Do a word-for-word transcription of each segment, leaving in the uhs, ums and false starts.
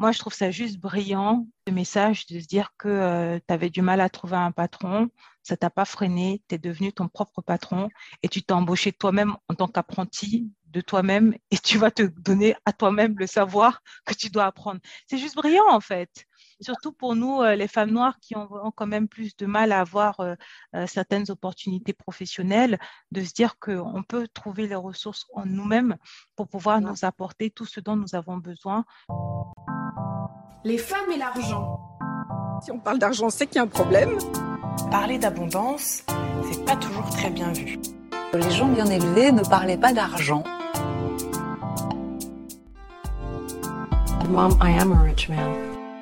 Moi, je trouve ça juste brillant, ce message de se dire que tu avais du mal à trouver un patron, ça t'a pas freiné, tu es devenu ton propre patron et tu t'es embauché toi-même en tant qu'apprenti de toi-même et tu vas te donner à toi-même le savoir que tu dois apprendre. C'est juste brillant en fait. Surtout pour nous, euh, les femmes noires qui ont, ont quand même plus de mal à avoir euh, euh, certaines opportunités professionnelles, de se dire qu'on peut trouver les ressources en nous-mêmes pour pouvoir nous apporter tout ce dont nous avons besoin. Les femmes et l'argent. Si on parle d'argent, c'est qu'il y a un problème. Parler d'abondance, c'est pas toujours très bien vu. Les gens bien élevés ne parlaient pas d'argent. Mom, I am a rich man.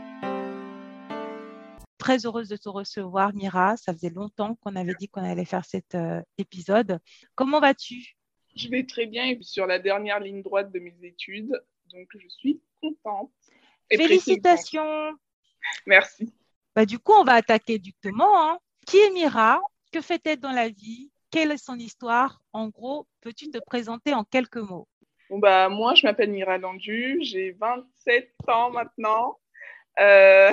Très heureuse de te recevoir, Mira. Ça faisait longtemps qu'on avait dit qu'on allait faire cet euh, épisode. Comment vas-tu? Je vais très bien et sur la dernière ligne droite de mes études, donc je suis contente. Et félicitations. Merci. Bah, du coup, on va attaquer directement. Hein. Qui est Mira? Que fait-elle dans la vie? Quelle est son histoire? En gros, peux-tu te présenter en quelques mots? Bon, bah, moi, je m'appelle Mira Landu, j'ai vingt-sept ans maintenant. Euh,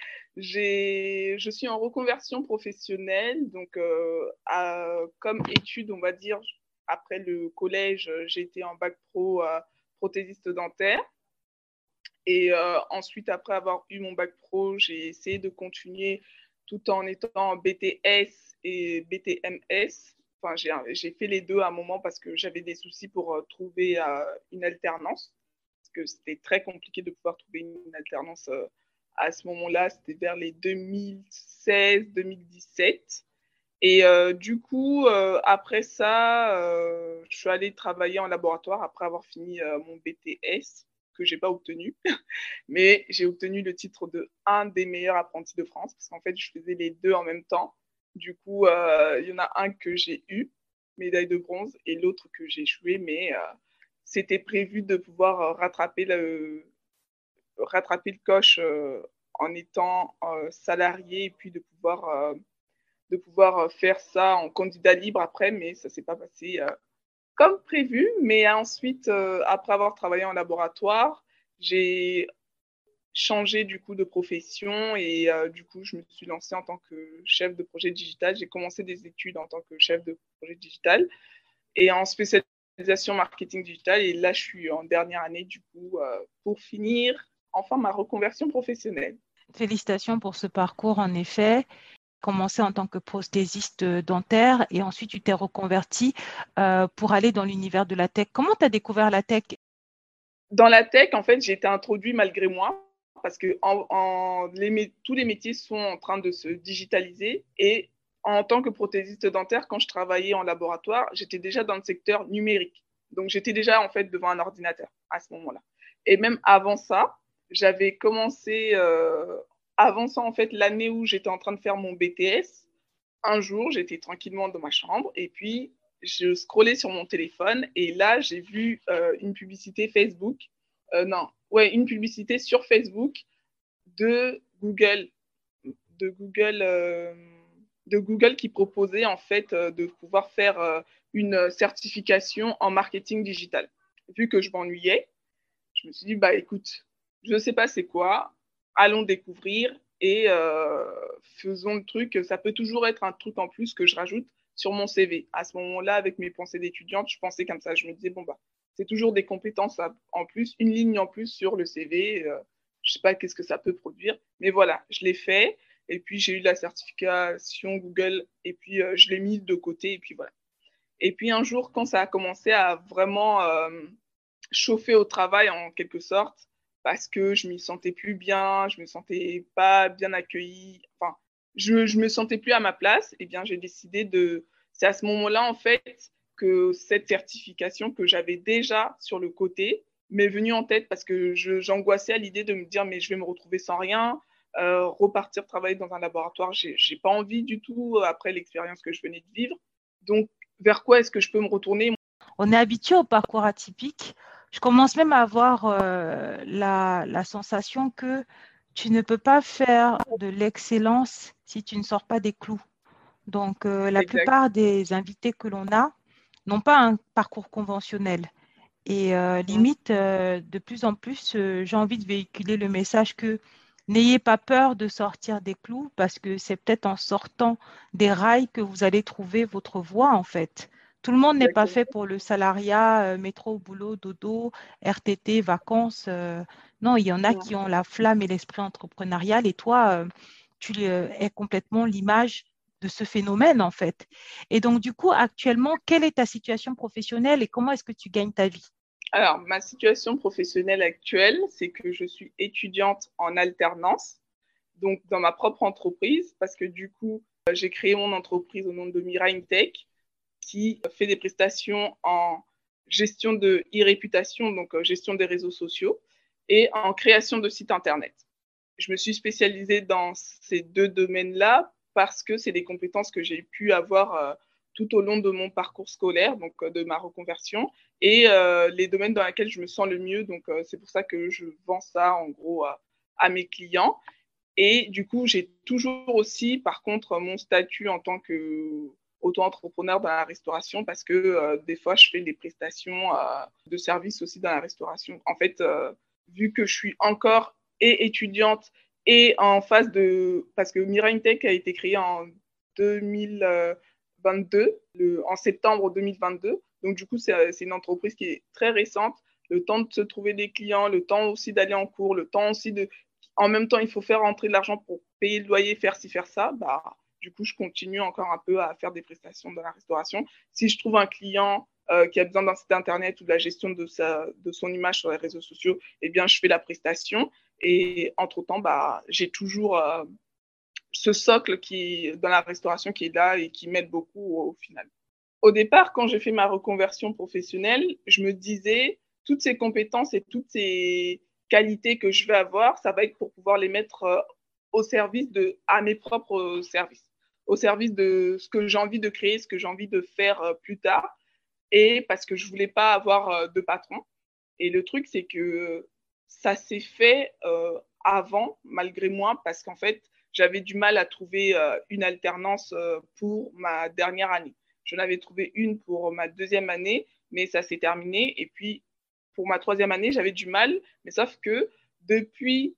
j'ai, je suis en reconversion professionnelle, donc euh, à, comme étude, on va dire, après le collège, j'ai été en bac pro euh, prothésiste dentaire. Et euh, ensuite, après avoir eu mon bac pro, j'ai essayé de continuer tout en étant B T S et B T M S. Enfin, j'ai, j'ai fait les deux à un moment parce que j'avais des soucis pour euh, trouver euh, une alternance. Parce que c'était très compliqué de pouvoir trouver une alternance euh, à ce moment-là. C'était vers les deux mille seize deux mille dix-sept. Et euh, du coup, euh, après ça, euh, je suis allée travailler en laboratoire après avoir fini euh, mon B T S, que je n'ai pas obtenu. Mais j'ai obtenu le titre de un des meilleurs apprentis de France, parce qu'en fait, je faisais les deux en même temps. Du coup, euh, il y en a un que j'ai eu, médaille de bronze, et l'autre que j'ai échoué, mais euh, c'était prévu de pouvoir rattraper le, rattraper le coche euh, en étant euh, salarié, et puis de pouvoir... Euh, de pouvoir faire ça en candidat libre après, mais ça ne s'est pas passé euh, comme prévu. Mais ensuite, euh, après avoir travaillé en laboratoire, j'ai changé du coup de profession et euh, du coup, je me suis lancée en tant que chef de projet digital. J'ai commencé des études en tant que chef de projet digital et en spécialisation marketing digital. Et là, je suis en dernière année du coup euh, pour finir enfin ma reconversion professionnelle. Félicitations pour ce parcours, en effet. Commencé en tant que prothésiste dentaire et ensuite tu t'es reconverti euh, pour aller dans l'univers de la tech. Comment tu as découvert la tech? Dans la tech, en fait, j'ai été introduite malgré moi parce que en, en, les, tous les métiers sont en train de se digitaliser et en tant que prothésiste dentaire, quand je travaillais en laboratoire, j'étais déjà dans le secteur numérique. Donc, j'étais déjà en fait devant un ordinateur à ce moment-là. Et même avant ça, j'avais commencé... Euh, Avant ça, en fait, l'année où j'étais en train de faire mon B T S, un jour, j'étais tranquillement dans ma chambre et puis je scrollais sur mon téléphone et là, j'ai vu euh, une publicité Facebook, euh, non, ouais, une publicité sur Facebook de Google, de Google, euh, de Google qui proposait en fait euh, de pouvoir faire euh, une certification en marketing digital. Vu que je m'ennuyais, je me suis dit, bah écoute, je ne sais pas c'est quoi, allons découvrir et euh, faisons le truc. Ça peut toujours être un truc en plus que je rajoute sur mon C V. À ce moment-là, avec mes pensées d'étudiante, je pensais comme ça. Je me disais, bon, bah, c'est toujours des compétences en plus, une ligne en plus sur le C V. Euh, je ne sais pas qu'est-ce que ça peut produire. Mais voilà, je l'ai fait. Et puis, j'ai eu la certification Google et puis euh, je l'ai mise de côté. Et puis, voilà. Et puis, un jour, quand ça a commencé à vraiment euh, chauffer au travail, en quelque sorte, parce que je m'y sentais plus bien, je me sentais pas bien accueillie, enfin, je, je me sentais plus à ma place, et bien j'ai décidé de, c'est à ce moment-là en fait que cette certification que j'avais déjà sur le côté m'est venue en tête parce que je, j'angoissais à l'idée de me dire mais je vais me retrouver sans rien, euh, repartir travailler dans un laboratoire, j'ai, j'ai pas envie du tout après l'expérience que je venais de vivre, donc vers quoi est-ce que je peux me retourner? On est habitué au parcours atypique. Je commence même à avoir euh, la, la sensation que tu ne peux pas faire de l'excellence si tu ne sors pas des clous. Donc, euh, la Exact. plupart des invités que l'on a n'ont pas un parcours conventionnel. Et euh, limite, euh, de plus en plus, euh, j'ai envie de véhiculer le message que n'ayez pas peur de sortir des clous parce que c'est peut-être en sortant des rails que vous allez trouver votre voie, en fait. Tout le monde n'est pas fait Exactement. pour le salariat, euh, métro, boulot, dodo, R T T, vacances. euh. Non, il y en a qui ont la flamme et l'esprit entrepreneurial et toi, euh, tu euh, es complètement l'image de ce phénomène, en fait. Et donc, du coup, actuellement, quelle est ta situation professionnelle et comment est-ce que tu gagnes ta vie? Alors, ma situation professionnelle actuelle, c'est que je suis étudiante en alternance, donc dans ma propre entreprise, parce que du coup, euh, j'ai créé mon entreprise au nom de Mira Tech, qui fait des prestations en gestion de e-réputation, donc euh, gestion des réseaux sociaux, et en création de sites Internet. Je me suis spécialisée dans ces deux domaines-là parce que c'est des compétences que j'ai pu avoir euh, tout au long de mon parcours scolaire, donc euh, de ma reconversion, et euh, les domaines dans lesquels je me sens le mieux. Donc, euh, c'est pour ça que je vends ça, en gros, à, à mes clients. Et du coup, j'ai toujours aussi, par contre, mon statut en tant que auto-entrepreneur dans la restauration parce que euh, des fois, je fais des prestations euh, de services aussi dans la restauration. En fait, euh, vu que je suis encore et étudiante et en phase de... Parce que Mira Tech a été créé en deux mille vingt-deux, le, en septembre deux mille vingt-deux. Donc, du coup, c'est, c'est une entreprise qui est très récente. Le temps de se trouver des clients, le temps aussi d'aller en cours, le temps aussi de... En même temps, il faut faire rentrer de l'argent pour payer le loyer, faire ci, faire ça. Bah, du coup, je continue encore un peu à faire des prestations dans la restauration. Si je trouve un client euh, qui a besoin d'un site internet ou de la gestion de, sa, de son image sur les réseaux sociaux, eh bien, je fais la prestation. Et entre-temps, bah, j'ai toujours euh, ce socle qui, dans la restauration qui est là et qui m'aide beaucoup au, au final. Au départ, quand j'ai fait ma reconversion professionnelle, je me disais, toutes ces compétences et toutes ces qualités que je vais avoir, ça va être pour pouvoir les mettre euh, au service de, à mes propres services, au service de ce que j'ai envie de créer, ce que j'ai envie de faire euh, plus tard, et parce que je voulais pas avoir euh, de patron. Et le truc, c'est que ça s'est fait euh, avant, malgré moi, parce qu'en fait, j'avais du mal à trouver euh, une alternance euh, pour ma dernière année. J'en avais trouvé une pour ma deuxième année, mais ça s'est terminé. Et puis, pour ma troisième année, j'avais du mal, mais sauf que depuis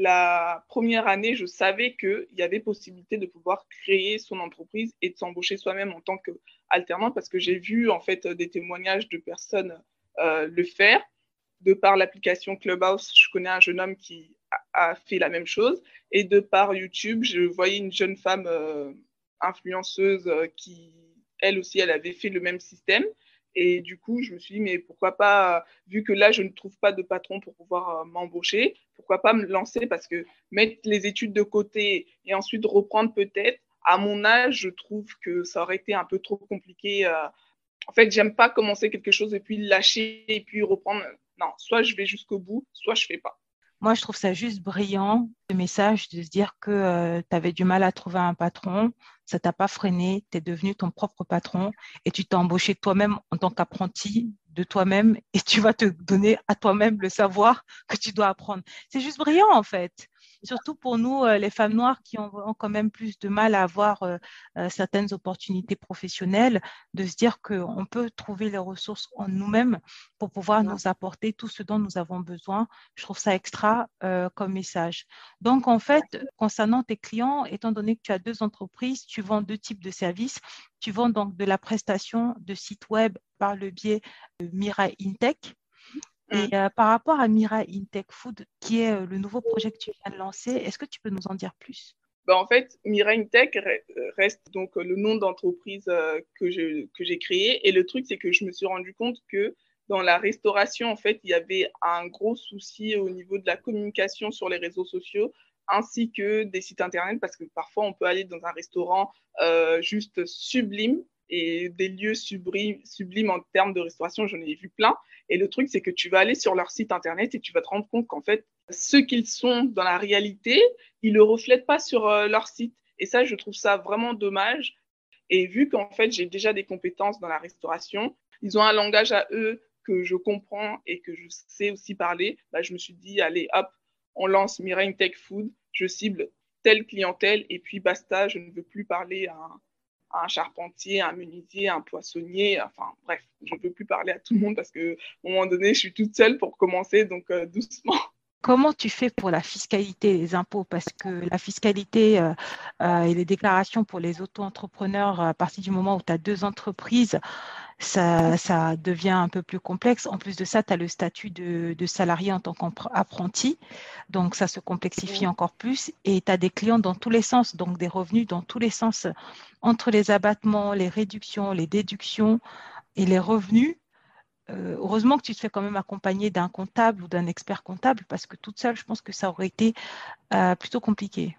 la première année, je savais qu'il y avait possibilité de pouvoir créer son entreprise et de s'embaucher soi-même en tant qu'alternant parce que j'ai vu en fait des témoignages de personnes euh, le faire. De par l'application Clubhouse, je connais un jeune homme qui a, a fait la même chose. Et de par YouTube, je voyais une jeune femme euh, influenceuse euh, qui, elle aussi, elle avait fait le même système. Et du coup, je me suis dit, mais pourquoi pas, vu que là, je ne trouve pas de patron pour pouvoir euh, m'embaucher, pourquoi pas me lancer parce que mettre les études de côté et ensuite reprendre peut-être, à mon âge, je trouve que ça aurait été un peu trop compliqué. Euh, en fait, j'aime pas commencer quelque chose et puis lâcher et puis reprendre. Non, soit je vais jusqu'au bout, soit je fais pas. Moi, je trouve ça juste brillant, ce message de se dire que tu avais du mal à trouver un patron, ça t'a pas freiné, tu es devenu ton propre patron et tu t'es embauché toi-même en tant qu'apprenti de toi-même et tu vas te donner à toi-même le savoir que tu dois apprendre. C'est juste brillant, en fait. Surtout pour nous, euh, les femmes noires qui ont, ont quand même plus de mal à avoir euh, euh, certaines opportunités professionnelles, de se dire qu'on peut trouver les ressources en nous-mêmes pour pouvoir Ouais. nous apporter tout ce dont nous avons besoin. Je trouve ça extra euh, comme message. Donc, en fait, concernant tes clients, étant donné que tu as deux entreprises, tu vends deux types de services. Tu vends donc de la prestation de site web par le biais de Mira Intech. Et Mm. euh, par rapport à Mira Intech Food, qui est euh, le nouveau projet que tu viens de lancer, est-ce que tu peux nous en dire plus? Ben, en fait, Mira Tech reste donc le nom d'entreprise euh, que, je, que j'ai créé. Et le truc, c'est que je me suis rendu compte que dans la restauration, en fait, il y avait un gros souci au niveau de la communication sur les réseaux sociaux ainsi que des sites internet parce que parfois on peut aller dans un restaurant euh, juste sublime et des lieux sublimes, sublimes en termes de restauration, j'en ai vu plein. Et le truc, c'est que tu vas aller sur leur site internet et tu vas te rendre compte qu'en fait, ce qu'ils sont dans la réalité, ils le reflètent pas sur euh, leur site. Et ça, je trouve ça vraiment dommage. Et vu qu'en fait, j'ai déjà des compétences dans la restauration, ils ont un langage à eux que je comprends et que je sais aussi parler, bah, je me suis dit, allez, hop, on lance Mira Tech Food, je cible telle clientèle et puis basta, je ne veux plus parler à, un charpentier, un menuisier, un poissonnier, enfin bref, je ne peux plus parler à tout le monde parce qu'à un moment donné, je suis toute seule pour commencer, donc euh, doucement. Comment tu fais pour la fiscalité et les impôts? Parce que la fiscalité euh, euh, et les déclarations pour les auto-entrepreneurs, à partir du moment où tu as deux entreprises, ça, ça devient un peu plus complexe. En plus de ça, tu as le statut de, de salarié en tant qu'apprenti, donc ça se complexifie encore plus. Et tu as des clients dans tous les sens, donc des revenus dans tous les sens, entre les abattements, les réductions, les déductions et les revenus. Euh, heureusement que tu te fais quand même accompagner d'un comptable ou d'un expert comptable parce que toute seule, je pense que ça aurait été euh, plutôt compliqué.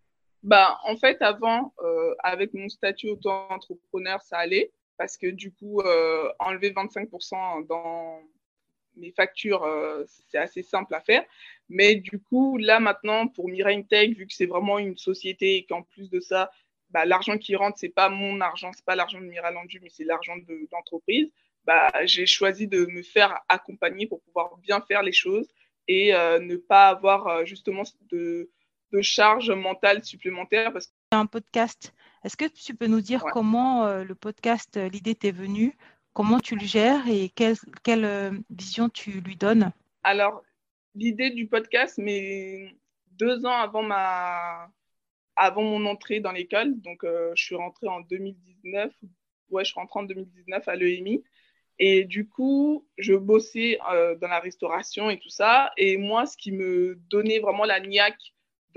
Bah, en fait, avant, euh, avec mon statut auto-entrepreneur, ça allait parce que du coup, euh, enlever vingt-cinq pour cent dans mes factures, euh, c'est assez simple à faire. Mais du coup, là maintenant, pour Mirain Tech, vu que c'est vraiment une société et qu'en plus de ça, bah, l'argent qui rentre, c'est pas mon argent, c'est pas l'argent de Miralandu, mais c'est l'argent de l'entreprise. Bah, j'ai choisi de me faire accompagner pour pouvoir bien faire les choses et euh, ne pas avoir euh, justement de, de charges mentales supplémentaires. Parce que... Un podcast, est-ce que tu peux nous dire ouais. comment euh, le podcast, euh, l'idée t'est venue, comment tu le gères et quelle, quelle euh, vision tu lui donnes? Alors, l'idée du podcast, mais deux ans avant ma avant mon entrée dans l'école. Donc, euh, je suis rentrée en deux mille dix-neuf. Ouais, je suis rentrée en deux mille dix-neuf à l'E M I. Et du coup, je bossais euh, dans la restauration et tout ça. Et moi, ce qui me donnait vraiment la niaque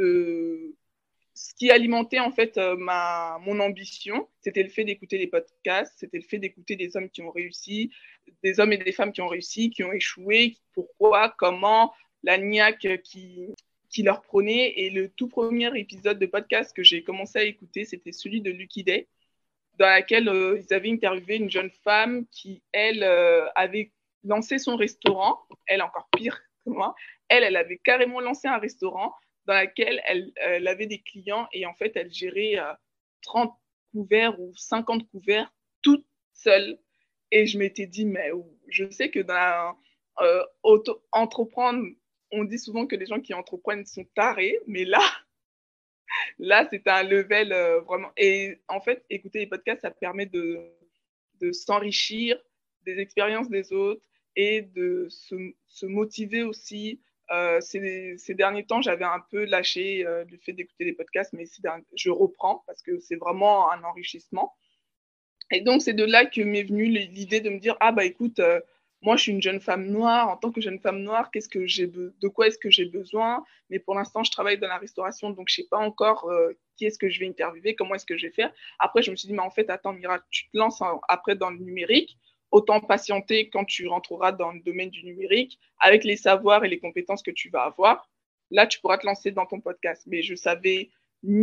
de... Ce qui alimentait en fait euh, ma, mon ambition, c'était le fait d'écouter les podcasts, c'était le fait d'écouter des hommes qui ont réussi, des hommes et des femmes qui ont réussi, qui ont échoué, pourquoi, comment, la niaque qui, qui leur prenait. Et le tout premier épisode de podcast que j'ai commencé à écouter, c'était celui de Lucky Day, dans laquelle euh, ils avaient interviewé une jeune femme qui, elle, euh, avait lancé son restaurant. Elle, encore pire que moi. Elle, elle avait carrément lancé un restaurant dans lequel elle, elle avait des clients et en fait, elle gérait euh, trente couverts ou cinquante couverts toute seule. Et je m'étais dit, mais je sais que dans euh, auto- entreprendre, on dit souvent que les gens qui entreprennent sont tarés, mais là, là, c'était un level euh, vraiment. Et en fait, écouter les podcasts, ça permet de, de s'enrichir des expériences des autres et de se, se motiver aussi. Euh, ces, ces derniers temps, j'avais un peu lâché euh, le fait d'écouter les podcasts, mais derniers, je reprends parce que c'est vraiment un enrichissement. Et donc, c'est de là que m'est venue l'idée de me dire, ah bah écoute, euh, moi je suis une jeune femme noire, en tant que jeune femme noire, qu'est-ce que j'ai be- de quoi est-ce que j'ai besoin? Mais pour l'instant, je travaille dans la restauration, donc je ne sais pas encore euh, qui est-ce que je vais interviewer, comment est-ce que je vais faire. Après, je me suis dit, mais en fait, attends, Mira, tu te lances en, après dans le numérique, autant patienter quand tu rentreras dans le domaine du numérique, avec les savoirs et les compétences que tu vas avoir. Là, tu pourras te lancer dans ton podcast. Mais je savais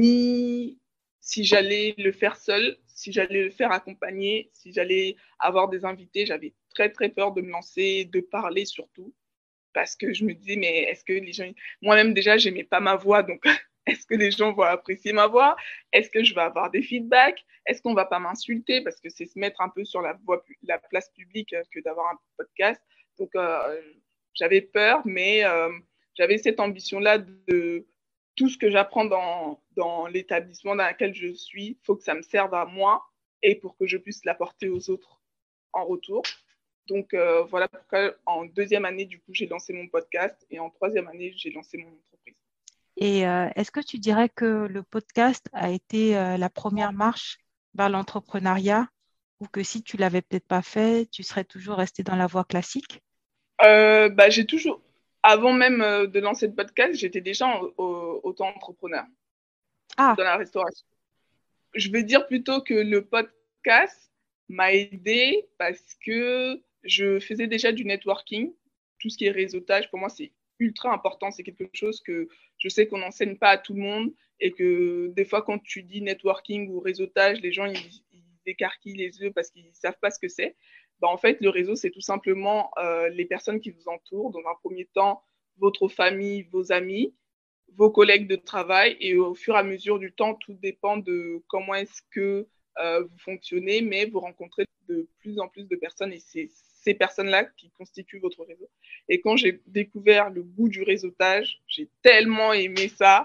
ni si j'allais le faire seule, si j'allais le faire accompagné, si j'allais avoir des invités. J'avais très, très peur de me lancer, de parler surtout, parce que je me disais, mais est-ce que les gens... Moi-même, déjà, j'aimais pas ma voix, donc est-ce que les gens vont apprécier ma voix? Est-ce que je vais avoir des feedbacks? Est-ce qu'on va pas m'insulter? Parce que c'est se mettre un peu sur la, voie, la place publique que d'avoir un podcast. Donc, euh, j'avais peur, mais euh, j'avais cette ambition-là de tout ce que j'apprends dans, dans l'établissement dans lequel je suis, il faut que ça me serve à moi et pour que je puisse l'apporter aux autres en retour. Donc, euh, voilà pourquoi en deuxième année, du coup, j'ai lancé mon podcast et en troisième année, j'ai lancé mon entreprise. Et euh, est-ce que tu dirais que le podcast a été euh, la première marche vers l'entrepreneuriat ou que si tu ne l'avais peut-être pas fait, tu serais toujours resté dans la voie classique? euh, bah, j'ai toujours, avant même de lancer le podcast, j'étais déjà auto-entrepreneur Ah, dans la restauration. Je vais dire plutôt que le podcast m'a aidé parce que je faisais déjà du networking. Tout ce qui est réseautage, pour moi, c'est ultra important. C'est quelque chose que je sais qu'on n'enseigne pas à tout le monde et que des fois, quand tu dis networking ou réseautage, les gens, ils, ils écarquillent les yeux parce qu'ils ne savent pas ce que c'est. Ben, en fait, le réseau, c'est tout simplement euh, les personnes qui vous entourent. Dans un premier temps, votre famille, vos amis, vos collègues de travail et au fur et à mesure du temps, tout dépend de comment est-ce que euh, vous fonctionnez, mais vous rencontrez de plus en plus de personnes et c'est ces personnes-là qui constituent votre réseau. Et quand j'ai découvert le goût du réseautage, j'ai tellement aimé ça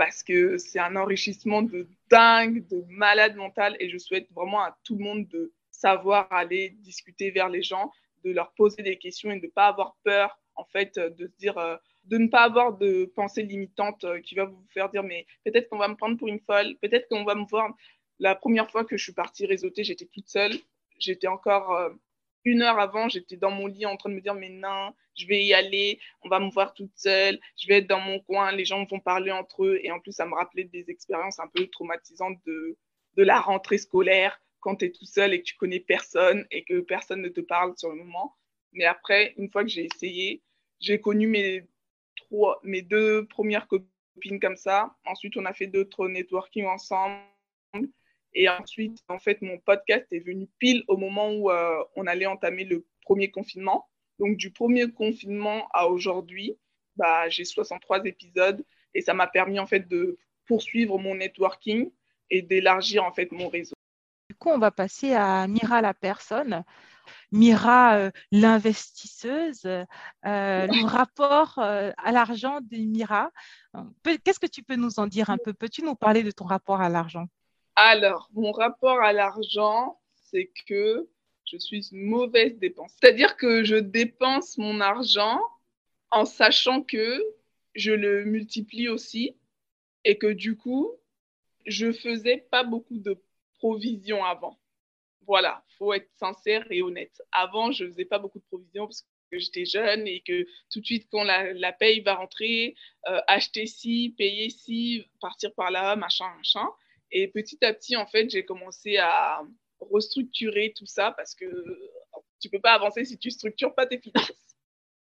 parce que c'est un enrichissement de dingue, de malade mental, et je souhaite vraiment à tout le monde de savoir aller discuter vers les gens, de leur poser des questions et de ne pas avoir peur, en fait, de se dire, euh, de ne pas avoir de pensée limitante euh, qui va vous faire dire, mais peut-être qu'on va me prendre pour une folle, peut-être qu'on va me voir. La première fois que je suis partie réseauter, j'étais toute seule, j'étais encore euh, une heure avant, j'étais dans mon lit en train de me dire, mais non, je vais y aller, on va me voir toute seule, je vais être dans mon coin, les gens vont parler entre eux. Et en plus, ça me rappelait des expériences un peu traumatisantes de, de la rentrée scolaire, quand tu es tout seul et que tu connais personne et que personne ne te parle sur le moment. Mais après, une fois que j'ai essayé, j'ai connu mes, trois, mes deux premières copines comme ça. Ensuite, on a fait d'autres networking ensemble. Et ensuite, en fait, mon podcast est venu pile au moment où euh, on allait entamer le premier confinement. Donc, du premier confinement à aujourd'hui, bah, j'ai soixante-trois épisodes et ça m'a permis, en fait, de poursuivre mon networking et d'élargir, en fait, mon réseau. Du coup, on va passer à Mira la personne. Mira, euh, l'investisseuse, euh, le rapport euh, à l'argent de Mira. Qu'est-ce que tu peux nous en dire un peu? Peux-tu nous parler de ton rapport à l'argent? Alors, mon rapport à l'argent, c'est que je suis une mauvaise dépense. C'est-à-dire que je dépense mon argent en sachant que je le multiplie aussi et que du coup, je faisais pas beaucoup de provisions avant. Voilà, faut être sincère et honnête. Avant, je faisais pas beaucoup de provisions parce que j'étais jeune et que tout de suite, quand la, la paye va rentrer, euh, acheter ci, payer ci, partir par là, machin, machin. Et petit à petit, en fait, j'ai commencé à restructurer tout ça parce que tu peux pas avancer si tu structures pas tes finances.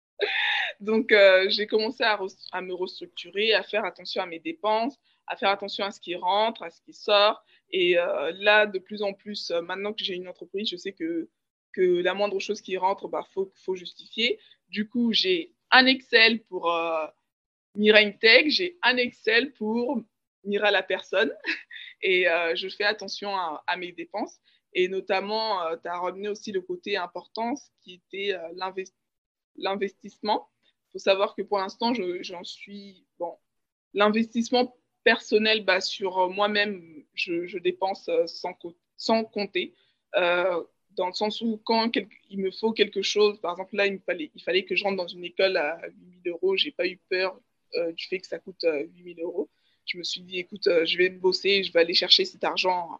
Donc, euh, j'ai commencé à, à me restructurer, à faire attention à mes dépenses, à faire attention à ce qui rentre, à ce qui sort. Et euh, là, de plus en plus, euh, maintenant que j'ai une entreprise, je sais que, que la moindre chose qui rentre, bah, faut, faut justifier. Du coup, j'ai un Excel pour euh, Mira Intech, j'ai un Excel pour Mira la personne. Et euh, je fais attention à, à mes dépenses. Et notamment, euh, tu as ramené aussi le côté important, qui était euh, l'investissement. L'investissement. Il faut savoir que pour l'instant, je, j'en suis. Bon, l'investissement personnel, bah, sur moi-même, je, je dépense sans, sans compter. Euh, dans le sens où, quand quel, il me faut quelque chose, par exemple, là, il, me fallait, il fallait que je rentre dans une école à huit mille euros. Je n'ai pas eu peur euh, du fait que ça coûte euh, huit mille euros. Je me suis dit, écoute, euh, je vais bosser, je vais aller chercher cet argent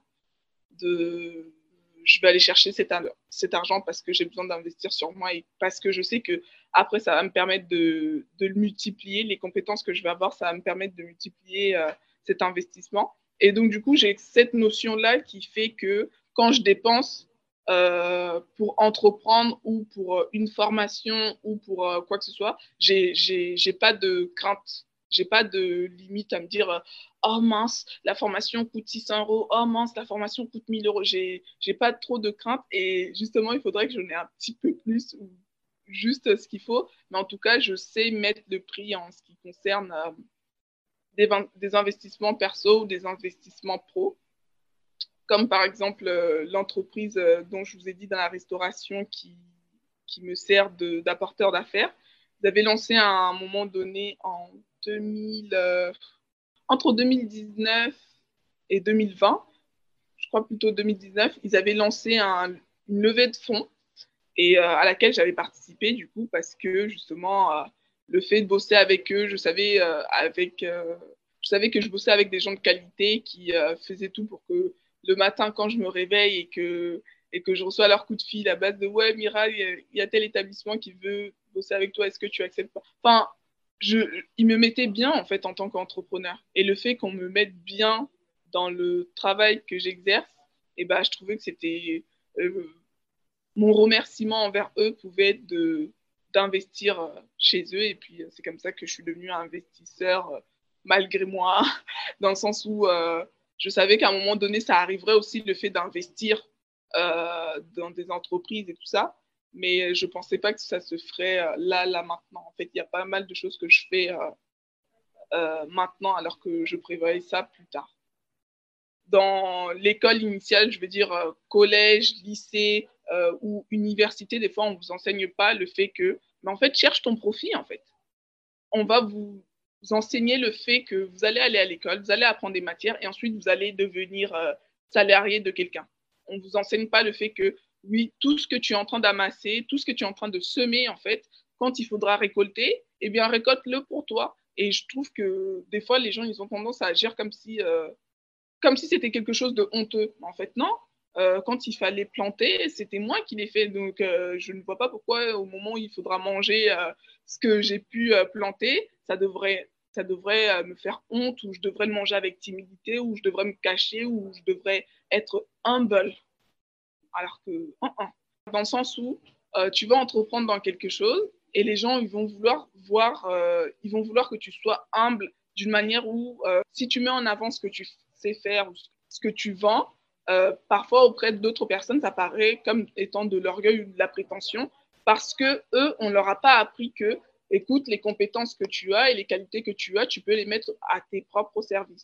de je vais aller chercher cet, cet argent parce que j'ai besoin d'investir sur moi et parce que je sais que après ça va me permettre de, de le multiplier, les compétences que je vais avoir, ça va me permettre de multiplier euh, cet investissement. Et donc du coup, j'ai cette notion-là qui fait que quand je dépense euh, pour entreprendre ou pour une formation ou pour euh, quoi que ce soit, j'ai, j'ai, j'ai pas de crainte. J'ai pas de limite à me dire oh mince, la formation coûte six cents euros, oh mince, la formation coûte mille euros. J'ai, j'ai pas trop de crainte et justement, il faudrait que j'en ai un petit peu plus ou juste ce qu'il faut. Mais en tout cas, je sais mettre le prix en ce qui concerne euh, des, des investissements perso ou des investissements pro. Comme par exemple euh, l'entreprise euh, dont je vous ai dit dans la restauration qui, qui me sert de, d'apporteur d'affaires. Vous avez lancé à un moment donné en deux mille, euh, entre deux mille dix-neuf et deux mille vingt, je crois plutôt deux mille dix-neuf, ils avaient lancé un, une levée de fonds et euh, à laquelle j'avais participé du coup parce que justement euh, le fait de bosser avec eux, je savais euh, avec, euh, je savais que je bossais avec des gens de qualité qui euh, faisaient tout pour que le matin quand je me réveille et que et que je reçois leur coup de fil à base de ouais Mira, il y, y a tel établissement qui veut bosser avec toi, est-ce que tu acceptes pas? Enfin, je, il me mettait bien en fait en tant qu'entrepreneur. Et le fait qu'on me mette bien dans le travail que j'exerce, et ben, je trouvais que c'était euh, mon remerciement envers eux pouvait être de, d'investir euh, chez eux. Et puis c'est comme ça que je suis devenue un investisseur euh, malgré moi, dans le sens où euh, je savais qu'à un moment donné, ça arriverait aussi le fait d'investir euh, dans des entreprises et tout ça. Mais je ne pensais pas que ça se ferait euh, là, là, maintenant. En fait, il y a pas mal de choses que je fais euh, euh, maintenant alors que je prévoyais ça plus tard. Dans l'école initiale, je veux dire euh, collège, lycée euh, ou université, des fois, on ne vous enseigne pas le fait que, mais en fait, cherche ton profit, en fait. On va vous vous enseignez le fait que vous allez aller à l'école, vous allez apprendre des matières et ensuite vous allez devenir euh, salarié de quelqu'un. On ne vous enseigne pas le fait que, oui, tout ce que tu es en train d'amasser, tout ce que tu es en train de semer, en fait, quand il faudra récolter, eh bien, récolte-le pour toi. Et je trouve que des fois, les gens, ils ont tendance à agir comme si, euh, comme si c'était quelque chose de honteux. En fait, non. Euh, quand il fallait planter, c'était moi qui l'ai fait. Donc, euh, je ne vois pas pourquoi, au moment où il faudra manger euh, ce que j'ai pu euh, planter, ça devrait, ça devrait euh, me faire honte, ou je devrais le manger avec timidité, ou je devrais me cacher, ou je devrais être humble. Alors que, uh -uh. Dans le sens où euh, tu vas entreprendre dans quelque chose et les gens, ils vont vouloir voir, euh, ils vont vouloir que tu sois humble d'une manière où, euh, si tu mets en avant ce que tu sais faire ou ce que tu vends, euh, parfois auprès d'autres personnes, ça paraît comme étant de l'orgueil ou de la prétention parce que eux, on leur a pas appris que, écoute, les compétences que tu as et les qualités que tu as, tu peux les mettre à tes propres services.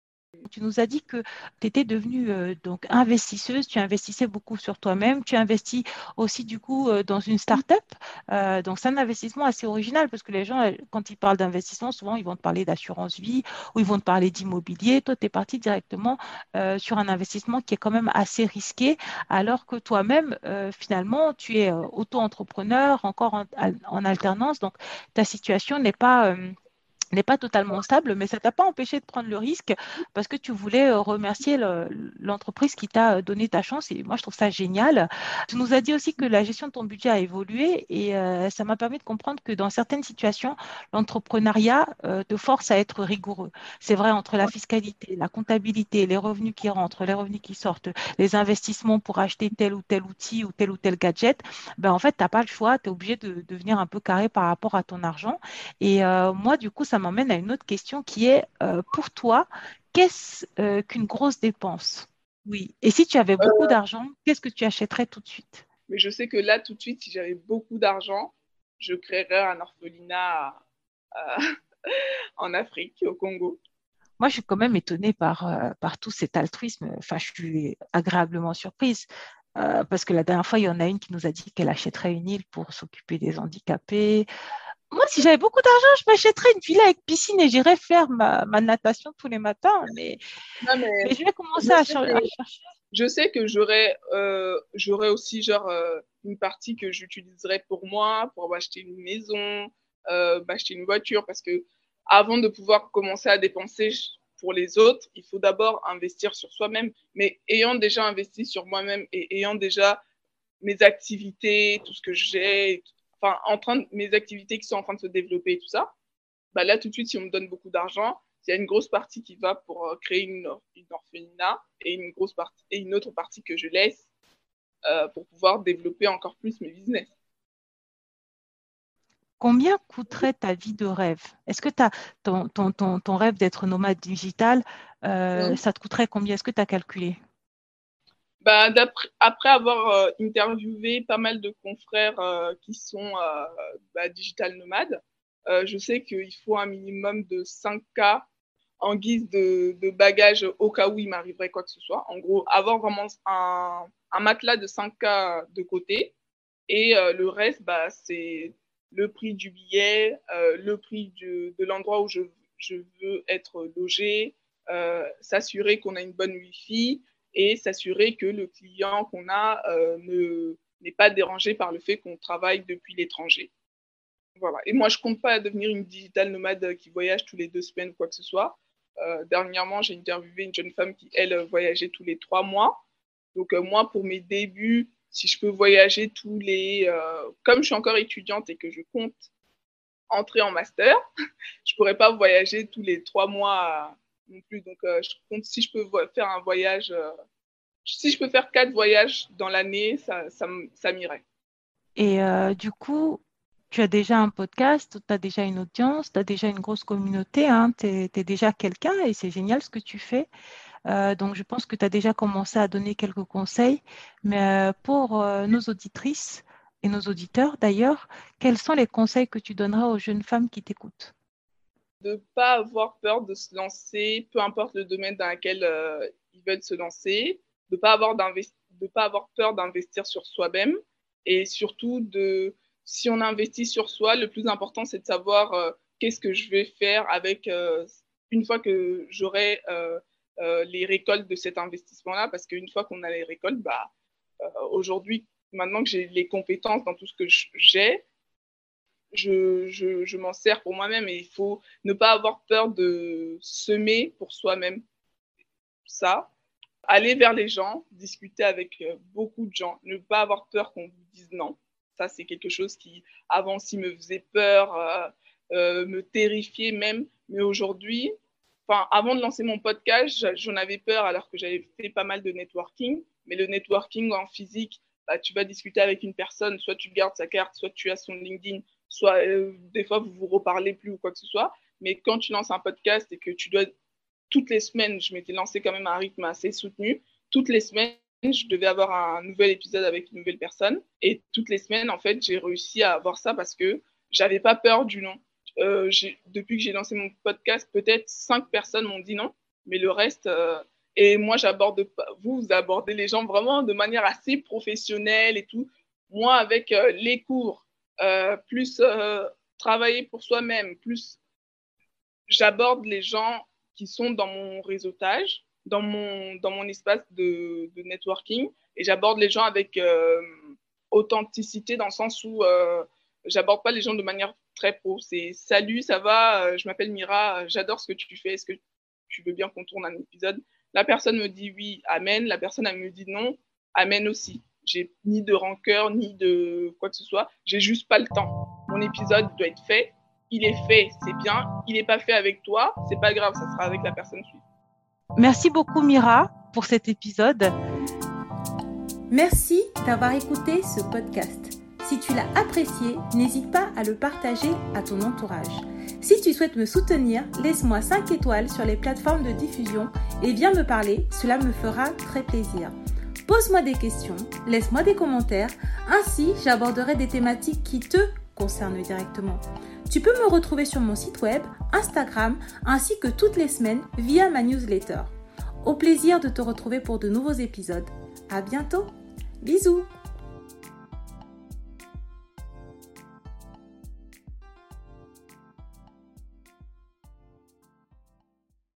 Tu nous as dit que tu étais devenue euh, donc investisseuse, tu investissais beaucoup sur toi-même, tu investis aussi du coup euh, dans une start-up. Euh, donc c'est un investissement assez original parce que les gens, quand ils parlent d'investissement, souvent ils vont te parler d'assurance vie ou ils vont te parler d'immobilier. Toi, tu es parti directement euh, sur un investissement qui est quand même assez risqué alors que toi-même, euh, finalement, tu es euh, auto-entrepreneur, encore en, en alternance. Donc ta situation n'est pas... Euh, n'est pas totalement stable, mais ça ne t'a pas empêché de prendre le risque parce que tu voulais euh, remercier le- l'entreprise qui t'a euh, donné ta chance. Et moi, je trouve ça génial. Tu nous as dit aussi que la gestion de ton budget a évolué et euh, ça m'a permis de comprendre que dans certaines situations, l'entrepreneuriat euh, te force à être rigoureux. C'est vrai entre la fiscalité, la comptabilité, les revenus qui rentrent, les revenus qui sortent, les investissements pour acheter tel ou tel outil ou tel ou tel gadget. Ben, en fait, tu n'as pas le choix. Tu es obligé de devenir un peu carré par rapport à ton argent. Et euh, moi, du coup, ça m'emmène à une autre question qui est, euh, pour toi, qu'est-ce euh, qu'une grosse dépense? Oui. Et si tu avais beaucoup Euh, d'argent, qu'est-ce que tu achèterais tout de suite? mais je sais que là, tout de suite, si j'avais beaucoup d'argent, je créerais un orphelinat à- à- en Afrique, au Congo. Moi, je suis quand même étonnée par, euh, par tout cet altruisme. Enfin, je suis agréablement surprise. Euh, parce que la dernière fois, il y en a une qui nous a dit qu'elle achèterait une île pour s'occuper des handicapés. Moi, si j'avais beaucoup d'argent, je m'achèterais une villa avec piscine et j'irais faire ma, ma natation tous les matins. Mais, Non, mais mais je vais commencer je à, sais cher- que, à chercher. je sais que j'aurais, euh, j'aurais aussi genre euh, une partie que j'utiliserais pour moi, pour m'acheter une maison, euh, m'acheter une voiture, parce que avant de pouvoir commencer à dépenser pour les autres, il faut d'abord investir sur soi-même. Mais ayant déjà investi sur moi-même et ayant déjà mes activités, tout ce que j'ai, enfin, en train de, mes activités qui sont en train de se développer et tout ça, bah là, tout de suite, si on me donne beaucoup d'argent, il y a une grosse partie qui va pour euh, créer une, une orphelinat et une grosse partie et une autre partie que je laisse euh, pour pouvoir développer encore plus mes business. Combien coûterait ta vie de rêve? Est-ce que t'as ton, ton, ton, ton rêve d'être nomade digital, euh, Mmh. ça te coûterait combien? Est-ce que tu as calculé? Bah, après avoir euh, interviewé pas mal de confrères euh, qui sont euh, bah, digital nomades, euh, je sais qu'il faut un minimum de cinq K en guise de, de bagage au cas où il m'arriverait quoi que ce soit. En gros, avoir vraiment un, un matelas de cinq K de côté. Et euh, le reste, bah, c'est le prix du billet, euh, le prix du, de l'endroit où je, je, veux être logé, euh, s'assurer qu'on a une bonne Wi-Fi et s'assurer que le client qu'on a euh, ne, n'est pas dérangé par le fait qu'on travaille depuis l'étranger. Voilà. Et moi, je ne compte pas devenir une digital nomade qui voyage tous les deux semaines ou quoi que ce soit. Euh, dernièrement, j'ai interviewé une jeune femme qui, elle, voyageait tous les trois mois. Donc, euh, moi, pour mes débuts, si je peux voyager tous les... Euh, comme je suis encore étudiante et que je compte entrer en master, je ne pourrais pas voyager tous les trois mois euh, non plus. Donc, euh, je compte si je peux faire un voyage... Euh, si je peux faire quatre voyages dans l'année, ça, ça, ça m'irait. Et euh, du coup, tu as déjà un podcast, tu as déjà une audience, tu as déjà une grosse communauté, hein, tu es, déjà quelqu'un et c'est génial ce que tu fais. Euh, donc, je pense que tu as déjà commencé à donner quelques conseils. Mais euh, pour euh, nos auditrices et nos auditeurs d'ailleurs, quels sont les conseils que tu donneras aux jeunes femmes qui t'écoutent? De ne pas avoir peur de se lancer, peu importe le domaine dans lequel euh, ils veulent se lancer, de ne pas avoir, de pas avoir peur d'investir sur soi-même et surtout, de, si on investit sur soi, le plus important, c'est de savoir euh, qu'est-ce que je vais faire avec, euh, une fois que j'aurai euh, euh, les récoltes de cet investissement-là, parce qu'une fois qu'on a les récoltes, bah, euh, aujourd'hui, maintenant que j'ai les compétences dans tout ce que j'ai, je, je, je m'en sers pour moi-même, et il faut ne pas avoir peur de semer pour soi-même ça. Aller vers les gens, discuter avec beaucoup de gens, ne pas avoir peur qu'on vous dise non. Ça, c'est quelque chose qui, avant aussi, me faisait peur, euh, euh, me terrifiait même. Mais aujourd'hui, enfin, avant de lancer mon podcast, j'en avais peur alors que j'avais fait pas mal de networking. Mais le networking en physique, bah, tu vas discuter avec une personne, soit tu gardes sa carte, soit tu as son LinkedIn, soit euh, des fois, vous vous reparlez plus ou quoi que ce soit. Mais quand tu lances un podcast et que tu dois... Toutes les semaines, je m'étais lancée quand même à un rythme assez soutenu. Toutes les semaines, je devais avoir un nouvel épisode avec une nouvelle personne. Et toutes les semaines, en fait, j'ai réussi à avoir ça parce que j'avais pas peur du non. Euh, j'ai, depuis que j'ai lancé mon podcast, peut-être cinq personnes m'ont dit non, mais le reste... Euh, et moi, j'aborde... Vous, vous abordez les gens vraiment de manière assez professionnelle et tout. Moi, avec euh, les cours, euh, plus euh, travailler pour soi-même, plus j'aborde les gens qui sont dans mon réseautage, dans mon, dans mon espace de, de networking, et j'aborde les gens avec euh, authenticité, dans le sens où euh, j'aborde pas les gens de manière très pro. C'est « Salut, ça va, je m'appelle Mira, j'adore ce que tu fais, est-ce que tu veux bien qu'on tourne un épisode ?» La personne me dit oui, amen. La personne, elle me dit non, amen aussi. J'ai ni de rancœur, ni de quoi que ce soit. J'ai juste pas le temps. Mon épisode doit être fait. Il est fait, c'est bien. Il n'est pas fait avec toi, c'est pas grave, ça sera avec la personne suivante. Merci beaucoup Mira pour cet épisode. Merci d'avoir écouté ce podcast. Si tu l'as apprécié, n'hésite pas à le partager à ton entourage. Si tu souhaites me soutenir, laisse-moi cinq étoiles sur les plateformes de diffusion et viens me parler, cela me fera très plaisir. Pose-moi des questions, laisse-moi des commentaires, ainsi j'aborderai des thématiques qui te concernent directement. Tu peux me retrouver sur mon site web, Instagram, ainsi que toutes les semaines via ma newsletter. Au plaisir de te retrouver pour de nouveaux épisodes. À bientôt. Bisous.